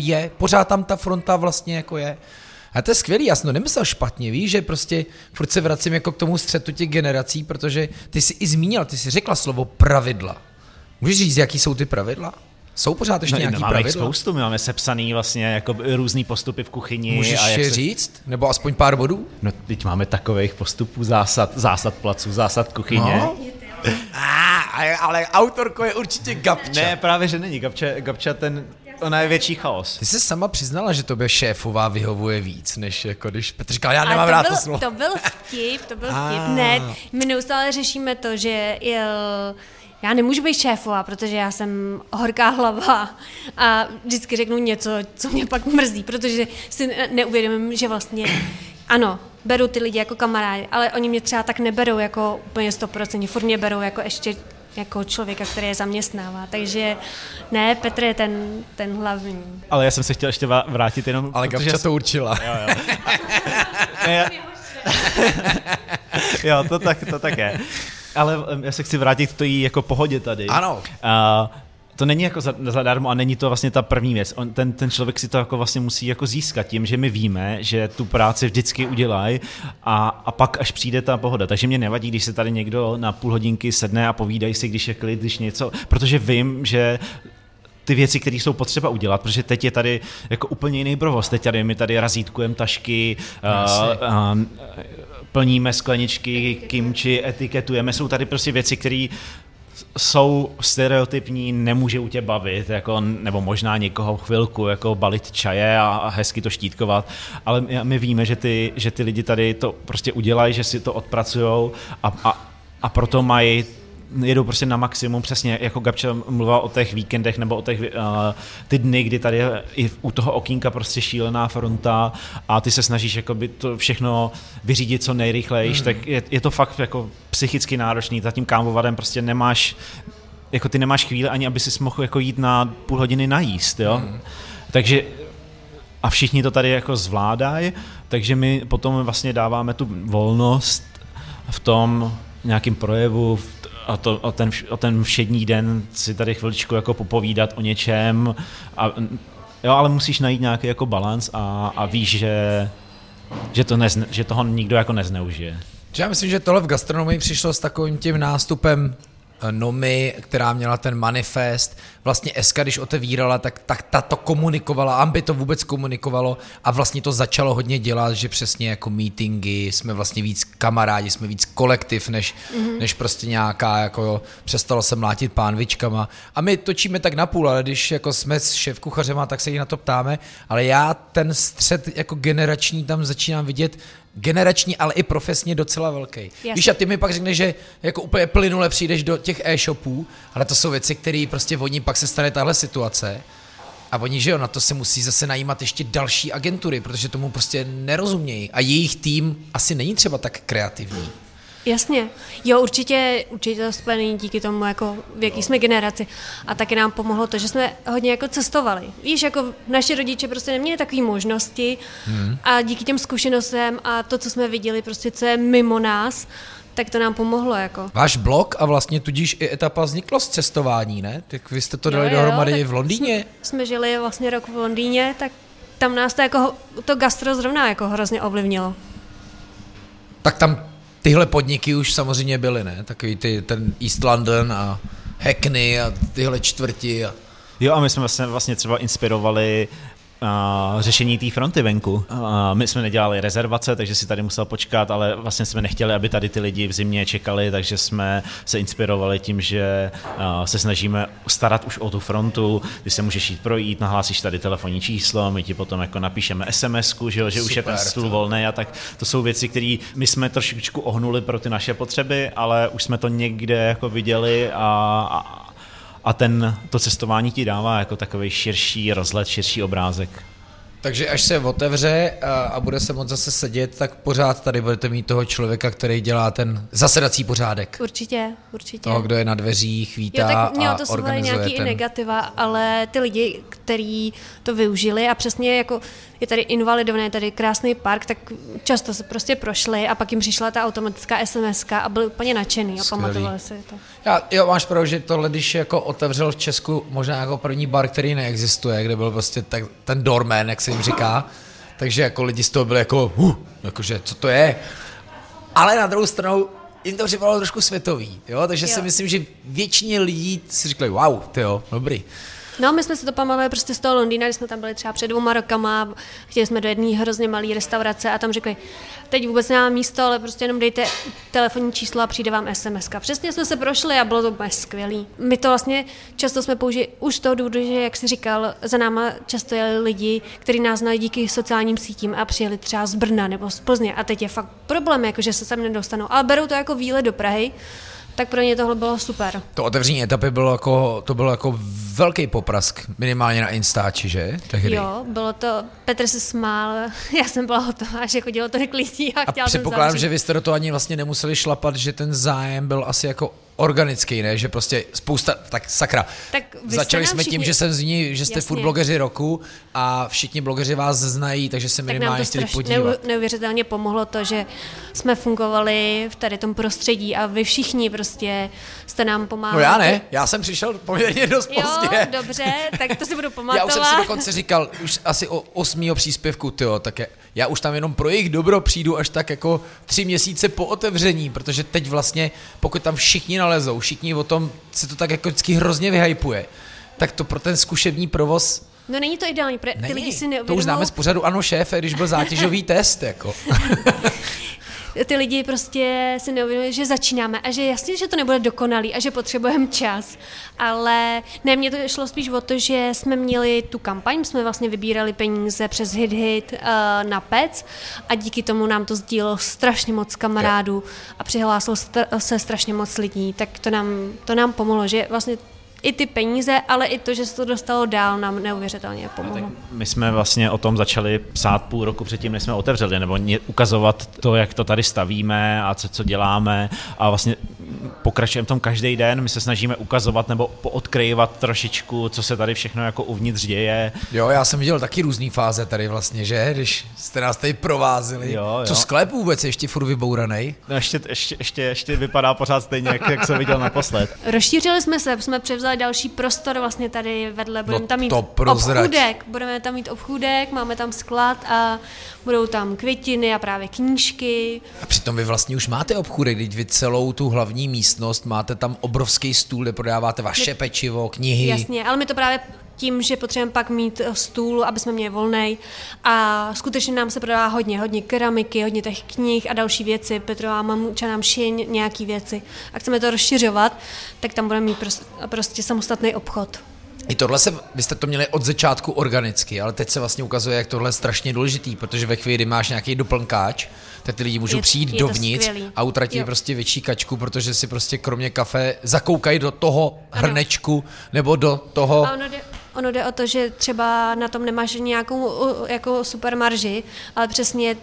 je. A to je skvělý, já jsem to nemyslel špatně, víš, že prostě furt se vracím jako k tomu střetu těch generací, protože ty jsi i zmínil, ty jsi řekla slovo pravidla. Můžeš říct, jaký jsou ty pravidla? Jsou pořád ještě nějaký pravidla? Máme spoustu, my máme sepsaný vlastně jako různý postupy v kuchyni. Můžeš je říct? Nebo aspoň pár bodů? No teď máme takových postupů, zásad placů, zásad kuchyně. No? Ale autorko je určitě Gabča. Ne, právě že není. Gabča ona je větší chaos. Ty jsi sama přiznala, že tobě šéfová vyhovuje víc, než jako když Petr říkal, já nemám rád to slovo. To byl vtip. Ne, my neustále řešíme to, že já nemůžu být šéfová, protože já jsem horká hlava a vždycky řeknu něco, co mě pak mrzí, protože si neuvědomím, že vlastně ano, beru ty lidi jako kamarády, ale oni mě třeba tak neberou jako úplně 100%, furt mě berou jako ještě jako člověka, který je zaměstnává, takže ne, Petr je ten hlavní. Ale já jsem se chtěl ještě vrátit jenom... Ale Gabča to určila. Jo, to tak je. Ale já se chci vrátit k té jako pohodě tady. Ano. To není jako zadarmo a není to vlastně ta první věc. Ten člověk si to jako vlastně musí jako získat tím, že my víme, že tu práci vždycky udělají a pak až přijde ta pohoda. Takže mě nevadí, když se tady někdo na půl hodinky sedne a povídají si, když je klid, když něco, protože vím, že ty věci, které jsou potřeba udělat, protože teď je tady jako úplně jiný provoz. Teď my tady razítkujeme tašky, plníme skleničky, kimči, etiketujeme. Jsou tady prostě věci, které jsou stereotypní, nemůže u tě bavit, jako, nebo možná někoho chvilku jako balit čaje a hezky to štítkovat, ale my víme, že ty lidi tady to prostě udělají, že si to odpracujou a proto jedou prostě na maximum, přesně jako Gabča mluvila o těch víkendech nebo o těch ty dny, kdy tady je i u toho okýnka prostě šílená fronta a ty se snažíš jakoby to všechno vyřídit co nejrychlejš, tak je to fakt jako psychicky náročný, za tím kámovarem prostě ty nemáš chvíli ani, aby si mohl jako jít na půl hodiny najíst, jo? Takže a všichni to tady jako zvládají, takže my potom vlastně dáváme tu volnost v tom nějakým projevu, a ten všední den si tady chviličku jako popovídat o něčem, jo, ale musíš najít nějaký jako balans a víš, že toho nikdo jako nezneužije. Já myslím, že tohle v gastronomii přišlo s takovým tím nástupem Nomi, která měla ten manifest, vlastně Eska, když otevírala, tak ta to komunikovala, Ambi to vůbec komunikovalo a vlastně to začalo hodně dělat, že přesně jako meetingy, jsme vlastně víc kamarádi, jsme víc kolektiv, než prostě nějaká, jako přestalo se mlátit pánvičkama. A my točíme tak napůl, ale když jako jsme s šéfkuchařema, tak se jí na to ptáme, ale já ten střed jako generační tam začínám vidět, generační, ale i profesně docela velký. Jasně. Víš, a ty mi pak řekneš, že jako úplně plynule přijdeš do těch e-shopů, ale to jsou věci, které prostě oni pak se stane tahle situace a oni, že jo, na to se musí zase najímat ještě další agentury, protože tomu prostě nerozumějí a jejich tým asi není třeba tak kreativní. Jasně. Jo, určitě to spojený díky tomu, jako v jaký jsme generaci. A taky nám pomohlo to, že jsme hodně jako cestovali. Víš, jako naši rodiče prostě neměli takové možnosti a díky těm zkušenostem a to, co jsme viděli, prostě co je mimo nás, tak to nám pomohlo. Jako. Váš blog a vlastně tudíž i etapa vzniklo z cestování, ne? Tak vy jste to dali dohromady v Londýně? Jsme žili vlastně rok v Londýně, tak tam nás to jako to gastro zrovna jako hrozně ovlivnilo. Tak tam tyhle podniky už samozřejmě byly, ne? Takový ten East London a Hackney a tyhle čtvrti. Jo, a my jsme vlastně třeba inspirovali řešení té fronty venku. My jsme nedělali rezervace, takže si tady musel počkat, ale vlastně jsme nechtěli, aby tady ty lidi v zimě čekali, takže jsme se inspirovali tím, že se snažíme starat už o tu frontu, kdy se můžeš jít projít, nahlásíš tady telefonní číslo, my ti potom jako napíšeme SMS-ku, že super, už je ten stůl volný a tak. To jsou věci, které my jsme trošičku ohnuli pro ty naše potřeby, ale už jsme to někde jako viděli a to cestování ti dává jako takový širší rozhled, širší obrázek. Takže až se otevře a bude se moc zase sedět, tak pořád tady budete mít toho člověka, který dělá ten zasedací pořádek. Určitě. Toho, kdo je na dveřích, vítá a organizuje to jsou nějaký i negativa, ale ty lidi, kteří to využili a přesně jako je tady Invalidovna, je tady krásný park, tak často se prostě prošli a pak jim přišla ta automatická SMS-ka a byli úplně nadšený a pamatovali si to. Jo, máš pravdu, že tohle, když jako otevřel v Česku možná jako první bar, který neexistuje, kde byl prostě ten doorman, jak se jim říká, takže jako lidi z toho byli jakože co to je? Ale na druhou stranu jim to připadalo trošku světový, jo, takže si myslím, že většině lidí si říkali, wow, tyjo, dobrý. No, my jsme si to pamatovali prostě z toho Londýna, když jsme tam byli třeba před 2 rokama, chtěli jsme do jedné hrozně malé restaurace a tam řekli, teď vůbec nemám místo, ale prostě jenom dejte telefonní číslo a přijde vám SMS-ka. Přesně jsme se prošli a bylo to úplně skvělý. My to vlastně často jsme použili už z toho důvodu, že, jak jsi říkal, za náma často jeli lidi, kteří nás znají díky sociálním sítím a přijeli třeba z Brna nebo z Plzně a teď je fakt problém, jako že se sem nedostanou, ale berou to jako výlet do Prahy. Tak pro ně tohle bylo super. To otevření etapy bylo jako velký poprask, minimálně na Instači, že? Tehdy. Jo, bylo to, Petr se smál, já jsem byla hotová, že chodilo tolik lidí a chtěla jsem předpokládám, že vy jste do toho ani vlastně nemuseli šlapat, že ten zájem byl asi jako organický, ne? Že prostě spousta, tak sakra. Tak začali jsme tím, že jsem zmínil, že jste food blogeři roku a všichni blogeři vás znají, takže se minimálně chtěli podívat. Neuvěřitelně pomohlo to, že jsme fungovali v tady tom prostředí a vy všichni prostě jste nám pomáhali. No já ne, já jsem přišel poměrně dost pozdě. Jo, dobře, tak to si budu pamatovat. Já už jsem si dokonce říkal, už asi o 8. příspěvku, tyjo, tak já už tam jenom pro jejich dobro přijdu až tak jako 3 měsíce po otevření, protože teď vlastně, pokud tam všichni nalezou, všichni o tom se to tak jako vždycky hrozně vyhypuje, tak to pro ten zkušební provoz. No není to ideální, ty lidi si neuvědomují. To už známe z pořadu Ano šéfe, když byl zátěžový test, jako. Ty lidi prostě si neuvědomují, že začínáme a že jasně, že to nebude dokonalý a že potřebujeme čas, ale ne, mně to šlo spíš o to, že jsme měli tu kampaň, jsme vlastně vybírali peníze přes Hit na PEC a díky tomu nám to sdílelo strašně moc kamarádů a přihlásilo se strašně moc lidí, tak to nám pomohlo, že vlastně i ty peníze, ale i to, že se to dostalo dál, nám neuvěřitelně pomohlo. My jsme vlastně o tom začali psát půl roku předtím, než jsme otevřeli, nebo ukazovat to, jak to tady stavíme a co děláme a vlastně pokračujeme v tom každý den, my se snažíme ukazovat nebo poodkryvat trošičku, co se tady všechno jako uvnitř děje. Jo, já jsem viděl taky různý fáze tady vlastně, že? Když jste nás tady provázeli. Jo. Co sklep vůbec ještě furt vybouranej? No ještě vypadá pořád stejně, jak jsem viděl naposled. Rozšířili jsme převzali další prostor vlastně tady vedle, budeme tam mít obchůdek, máme tam sklad a budou tam květiny a právě knížky. A přitom vy vlastně už máte obchůdek, když vy celou tu hlavní místnost místnost, máte tam obrovský stůl, kde prodáváte vaše pečivo, knihy. Jasně, ale my to právě tím, že potřebujeme pak mít stůl, aby jsme měli volnej a skutečně nám se prodává hodně keramiky, hodně těch knih a další věci, Petrová mamuča nám šije nějaký věci a chceme to rozšiřovat, tak tam budeme mít prostě samostatný obchod. I vy jste to měli od začátku organicky, ale teď se vlastně ukazuje, jak tohle je strašně důležitý, protože ve chvíli, kdy máš nějaký doplnkáč, tak ty lidi můžou přijít dovnitř a utratí prostě větší kačku, protože si prostě kromě kafe zakoukají do toho hrnečku nebo do toho... Ono jde o to, že třeba na tom nemáš nějakou jako super marži, ale přesně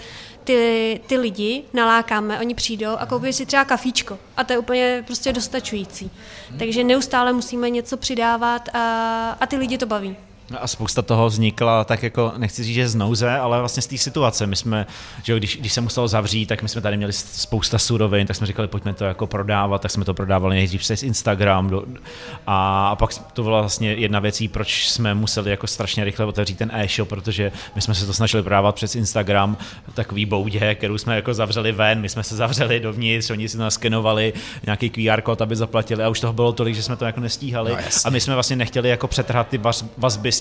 ty lidi nalákáme, oni přijdou a koupí si třeba kafíčko a to je úplně prostě dostačující. Takže neustále musíme něco přidávat a ty lidi to baví. A spousta toho vznikla tak jako, nechci říct, že z nouze, ale vlastně z té situace. My jsme, že když se muselo zavřít, tak my jsme tady měli spousta surovin, tak jsme říkali, pojďme to jako prodávat, tak jsme to prodávali nejdřív přes Instagram a pak to byla vlastně jedna věcí, proč jsme museli jako strašně rychle otevřít ten e-shop, protože my jsme se to snažili prodávat přes Instagram, takový boudě, kterou jsme jako zavřeli ven, my jsme se zavřeli dovnitř, oni si naskenovali nějaký QR kód, aby zaplatili a už toho bylo tolik, že jsme to jako nestíhali a my jsme vlastně nechtěli jako přetrhat ty vazby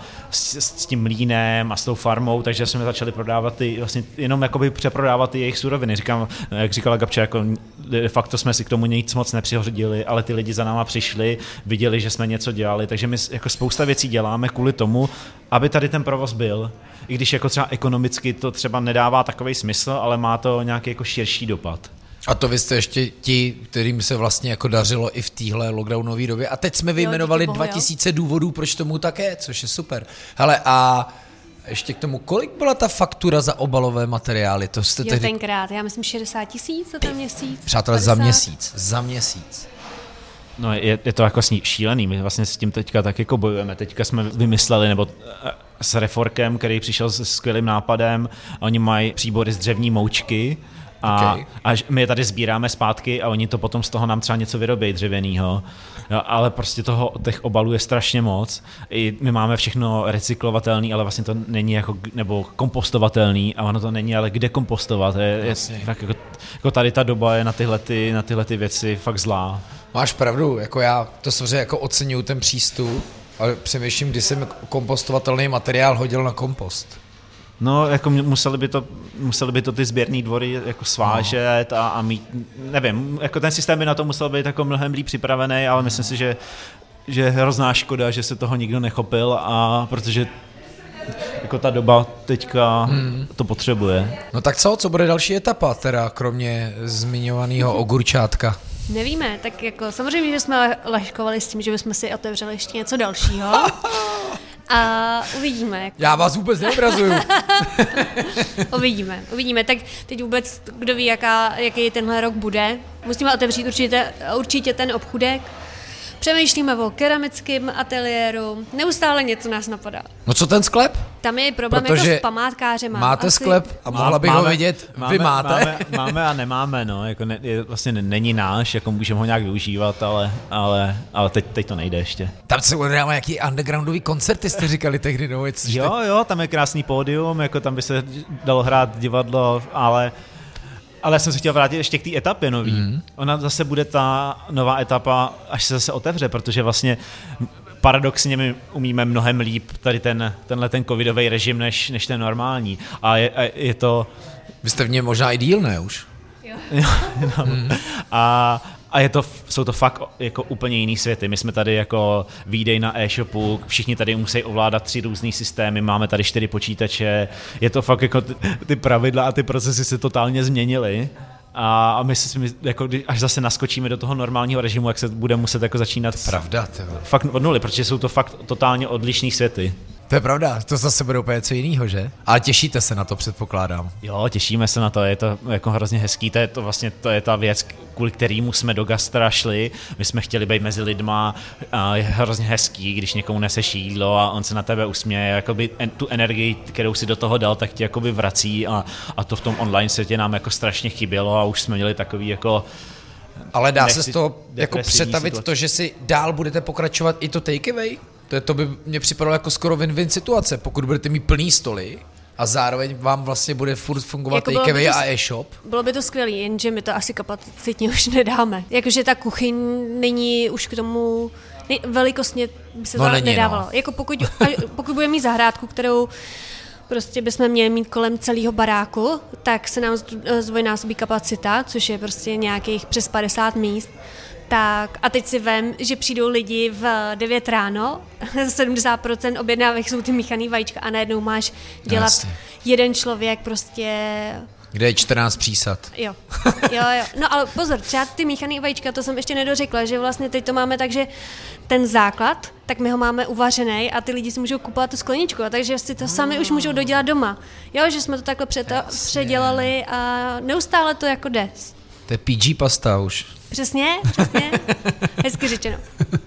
s tím mlýnem a s tou farmou, takže jsme začali prodávat vlastně jenom jakoby přeprodávat ty jejich suroviny. Říkám, jak říkala Gabča, jako de facto jsme si k tomu nic moc nepřihodili, ale ty lidi za náma přišli, viděli, že jsme něco dělali, takže my jako spousta věcí děláme kvůli tomu, aby tady ten provoz byl. I když jako třeba ekonomicky to třeba nedává takovej smysl, ale má to nějaký jako širší dopad. A to vy jste ještě ti, kterým se vlastně jako dařilo i v téhle lockdownové době. A teď jsme vyjmenovali 2000 důvodů, proč tomu tak je, což je super. Hele, a ještě k tomu, kolik byla ta faktura za obalové materiály? To jste tehdy... tenkrát, já myslím 60 000 za ten měsíc. Přátelé, za měsíc. No je to jako šílený, my vlastně s tím teďka tak jako bojujeme. Teďka jsme vymysleli, nebo s Reforkem, který přišel s skvělým nápadem, oni mají příbory z dřevní moučky, a my je tady sbíráme zpátky a oni to potom z toho nám třeba něco vyrobí dřevěnýho. Jo, ale prostě těch obalů je strašně moc. I my máme všechno recyklovatelný, ale vlastně to není jako, nebo kompostovatelný a ono to není, ale kde kompostovat. Je tak jako tady ta doba je na tyhle věci fakt zlá. Máš pravdu, jako já to samozřejmě jako oceňuju ten přístup, ale přemýšlím, kdy jsem kompostovatelný materiál hodil na kompost. No, jako museli by to ty sběrný dvory jako svážet a mít, nevím, jako ten systém by na to musel být jako mnohem líp připravený, ale myslím si, že je hrozná škoda, že se toho nikdo nechopil a protože jako ta doba teďka to potřebuje. No tak co bude další etapa teda, kromě zmiňovaného ogurčátka? Nevíme, tak jako samozřejmě, že jsme laškovali s tím, že bychom si otevřeli ještě něco dalšího. A uvidíme. Já vás vůbec neobrazuju. Uvidíme. Tak teď vůbec, kdo ví, jaký tenhle rok bude. Musíme otevřít určitě ten obchůdek. Přemýšlíme o keramickém ateliéru. Neustále něco nás napadá. No co ten sklep? Tam je problém protože jako s památkářema. Máte sklep a mohla bych ho vidět. Vy máte? Máme a nemáme, no. Jako vlastně není náš, jako můžeme ho nějak využívat, ale teď to nejde ještě. Tam se uděláme nějaký undergroundový koncerty, jste říkali tehdy, no. Jo, tam je krásný pódium, jako tam by se dalo hrát divadlo, ale já jsem se chtěl vrátit ještě k té etapě nový. Ona zase bude ta nová etapa, až se zase otevře, protože vlastně paradoxně my umíme mnohem líp tady tenhle covidový režim, než ten normální. A je to... Vy jste v něm možná i díl, ne už? Jo. No. A jsou to fakt jako úplně jiný světy. My jsme tady jako výdej na e-shopu, všichni tady musí ovládat 3 různý systémy, máme tady 4 počítače, je to fakt jako ty pravidla a ty procesy se totálně změnily. A my jako, až zase naskočíme do toho normálního režimu, jak se bude muset jako začínat pravda, fakt od nuly, protože jsou to fakt totálně odlišný světy. To je pravda, to zase bude úplně něco jiného, že? Ale těšíte se na to, předpokládám. Jo, těšíme se na to, je to jako hrozně hezký, to je ta věc, kvůli kterému jsme do gastra šli, my jsme chtěli být mezi lidma, a je hrozně hezký, když někomu neseš jídlo a on se na tebe usměje, jakoby tu energii, kterou si do toho dal, tak ti jakoby vrací a to v tom online světě nám jako strašně chybělo a už jsme měli takový jako... Ale dá se z toho jako přetavit to, že si dál budete pokračovat i to takeaway? To by mě připadalo jako skoro win-win situace, pokud budete mít plný stoly a zároveň vám vlastně bude furt fungovat Jako takeaway a e-shop. Bylo by to skvělý, jenže my to asi kapacitně už nedáme. Jakože ta kuchyň není už k tomu, velikostně by se to nedávalo. No. Jako pokud budeme mít zahrádku, kterou prostě bychom měli mít kolem celého baráku, tak se nám zdvojnásobí kapacita, což je prostě nějakých přes 50 míst. Tak a teď si vem, že přijdou lidi v 9 ráno, 70% objednávek jsou ty míchaný vajíčka a najednou máš dělat jeden člověk prostě... Kde je 14 přísad. Jo. No ale pozor, třeba ty míchaný vajíčka, to jsem ještě nedořekla, že vlastně teď to máme tak, že ten základ, tak my ho máme uvařený a ty lidi si můžou kupovat tu skleničku, a takže si to sami už můžou dodělat doma. Jo, že jsme to takhle předělali a neustále to jako jde. To je PG pasta už. Přesně. Hezky řečeno.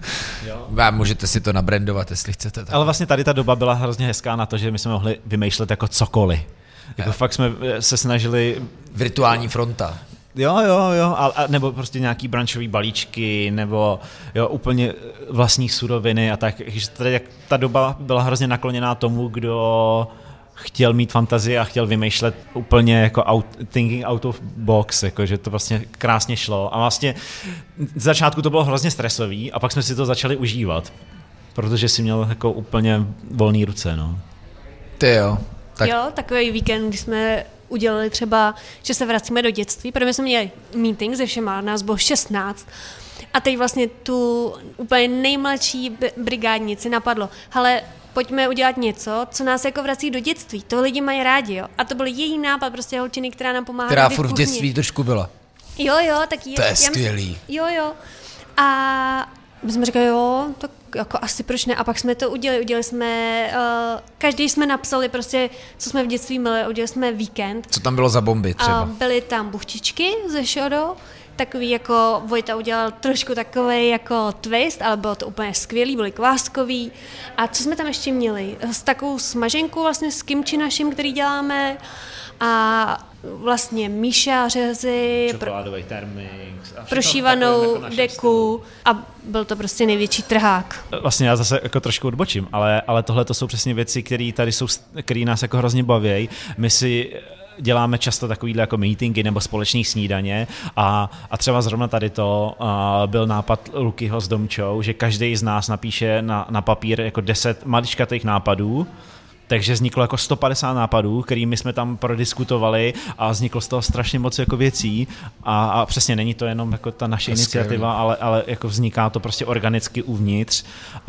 Můžete si to nabrandovat, jestli chcete. Tak. Ale vlastně tady ta doba byla hrozně hezká na to, že my jsme mohli vymýšlet jako cokoliv. Jako fakt jsme se snažili... Virtuální fronta. Jo, a nebo prostě nějaký branchový balíčky, nebo úplně vlastní suroviny a tak. Tady ta doba byla hrozně nakloněná tomu, kdo chtěl mít fantazii a chtěl vymýšlet úplně jako thinking out of box, jako, že to vlastně krásně šlo. A vlastně z začátku to bylo hrozně stresový a pak jsme si to začali užívat, protože si měl jako úplně volný ruce, no. Ty jo. Tak... Jo, takový víkend, kdy jsme udělali třeba, že se vracíme do dětství, protože jsme měli meeting se všema, nás bylo 16 a teď vlastně tu úplně nejmladší brigádnici napadlo, hele, pojďme udělat něco, co nás jako vrací do dětství. To lidi mají rádi, jo. A to byl její nápad, prostě holčiny, která nám pomáhá. Která furt v dětství trošku byla. Jo, tak to je skvělý. Jo. A my jsme říkali, jo, tak jako asi proč ne. A pak jsme to udělali jsme, každý jsme napsali prostě, co jsme v dětství měli, udělali jsme víkend. Co tam bylo za bomby třeba? Byly tam buchtičky ze Šodo, takový jako Vojta udělal trošku takový jako twist, ale bylo to úplně skvělý, byly kváskový. A co jsme tam ještě měli? S takovou smaženku vlastně s kimči naším, který děláme, a vlastně míša, řezy, čokoládový termix, prošívanou deku a byl to prostě největší trhák. Vlastně já zase jako trošku odbočím, ale tohle to jsou přesně věci, které nás jako hrozně baví. My si děláme často takovýhle jako meetingy nebo společný snídaně a třeba zrovna tady to byl nápad Lukyho s Domčou, že každý z nás napíše na papír jako 10 maličkatých nápadů. Takže vzniklo jako 150 nápadů, kterými jsme tam prodiskutovali a vzniklo z toho strašně moc jako věcí a přesně není to jenom jako ta naše iniciativa, ale jako vzniká to prostě organicky uvnitř.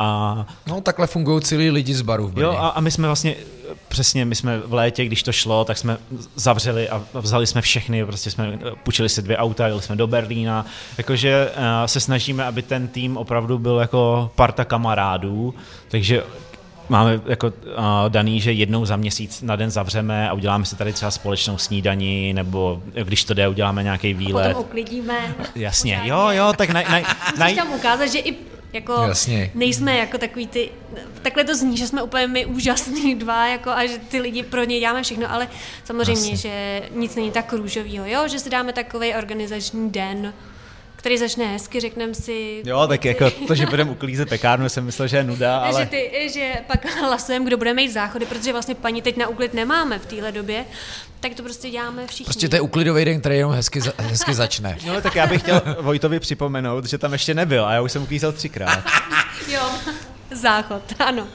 No takhle fungují celý lidi z baru v Brně. Jo a my jsme vlastně přesně, my jsme v létě, když to šlo, tak jsme zavřeli a vzali jsme všechny, prostě jsme půjčili si 2 auta, jeli jsme do Berlína, jakože se snažíme, aby ten tým opravdu byl jako parta kamarádů, takže máme jako daný, že jednou za měsíc na den zavřeme a uděláme si tady třeba společnou snídani, nebo když to jde, uděláme nějaký výlet. A potom uklidíme. Jasně, jo, tak Chci tam ukázat, že i jako nejsme jako takový ty, takhle to zní, že jsme úplně my úžasný dva, jako, a že ty lidi pro ně děláme všechno, ale samozřejmě, že nic není tak růžovýho, jo, že si dáme takovej organizační den, který začne hezky, řekneme si... Jo, tak jako to, že budeme uklízet pekárnu, jsem myslel, že je nuda, ale... Že pak hlasujeme, kdo bude mít záchody, protože vlastně paní teď na úklid nemáme v téhle době, tak to prostě děláme všichni. Prostě to je uklidový den, který jenom hezky začne. No, tak já bych chtěl Vojtovi připomenout, že tam ještě nebyl a já už jsem uklízel 3krát. Jo, záchod, ano.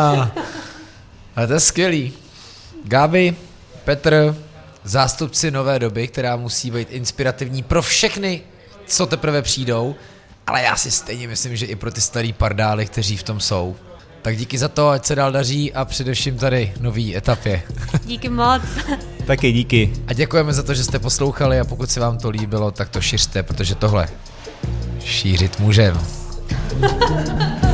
Ale to je skvělý. Gábi, Petr, zástupci nové doby, která musí být inspirativní pro všechny, co teprve přijdou, ale já si stejně myslím, že i pro ty starý pardály, kteří v tom jsou. Tak díky za to, ať se dál daří a především tady nový etapě. Díky moc. Taky díky. A děkujeme za to, že jste poslouchali a pokud se vám to líbilo, tak to šiřte, protože tohle šířit můžeme.